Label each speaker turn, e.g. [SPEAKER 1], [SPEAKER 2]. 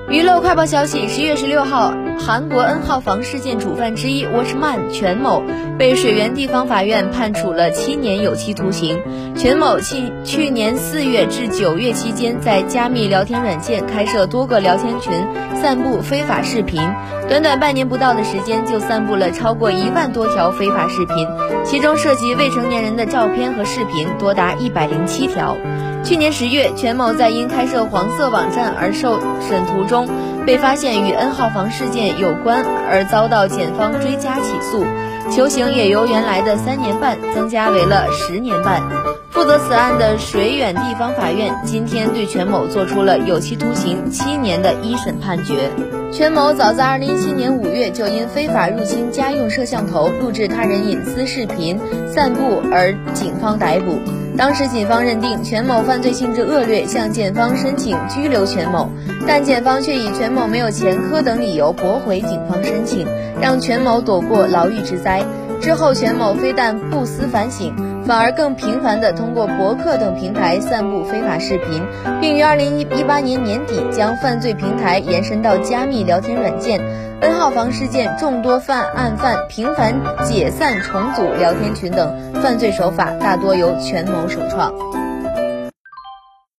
[SPEAKER 1] 娱乐快报消息，11月16号，韩国 N 号房事件主犯之一 Watchman 全某被水源地方法院判处了7年有期徒刑。全某去年4月至9月期间，在加密聊天软件开设多个聊天群，散布非法视频。短短半年不到的时间，就散布了超过1万多条非法视频，其中涉及未成年人的照片和视频多达107条。去年10月，全某在因开设黄色网站而受审途中，被发现与 N 号房事件有关，而遭到检方追加起诉，求刑也由原来的3年半增加为了10年半。负责此案的水远地方法院今天对全某作出了有期徒刑7年的一审判决。全某早在2017年5月就因非法入侵家用摄像头录制他人隐私视频散布而警方逮捕。当时警方认定全某犯罪性质恶劣，向检方申请拘留全某，但检方却以全某没有前科等理由驳回警方申请，让全某躲过牢狱之灾。之后全某非但不思反省，反而更频繁地通过博客等平台散布非法视频，并于2018年年底将犯罪平台延伸到加密聊天软件。N 号房事件众多案犯频繁解散重组聊天群等犯罪手法大多由全某首创。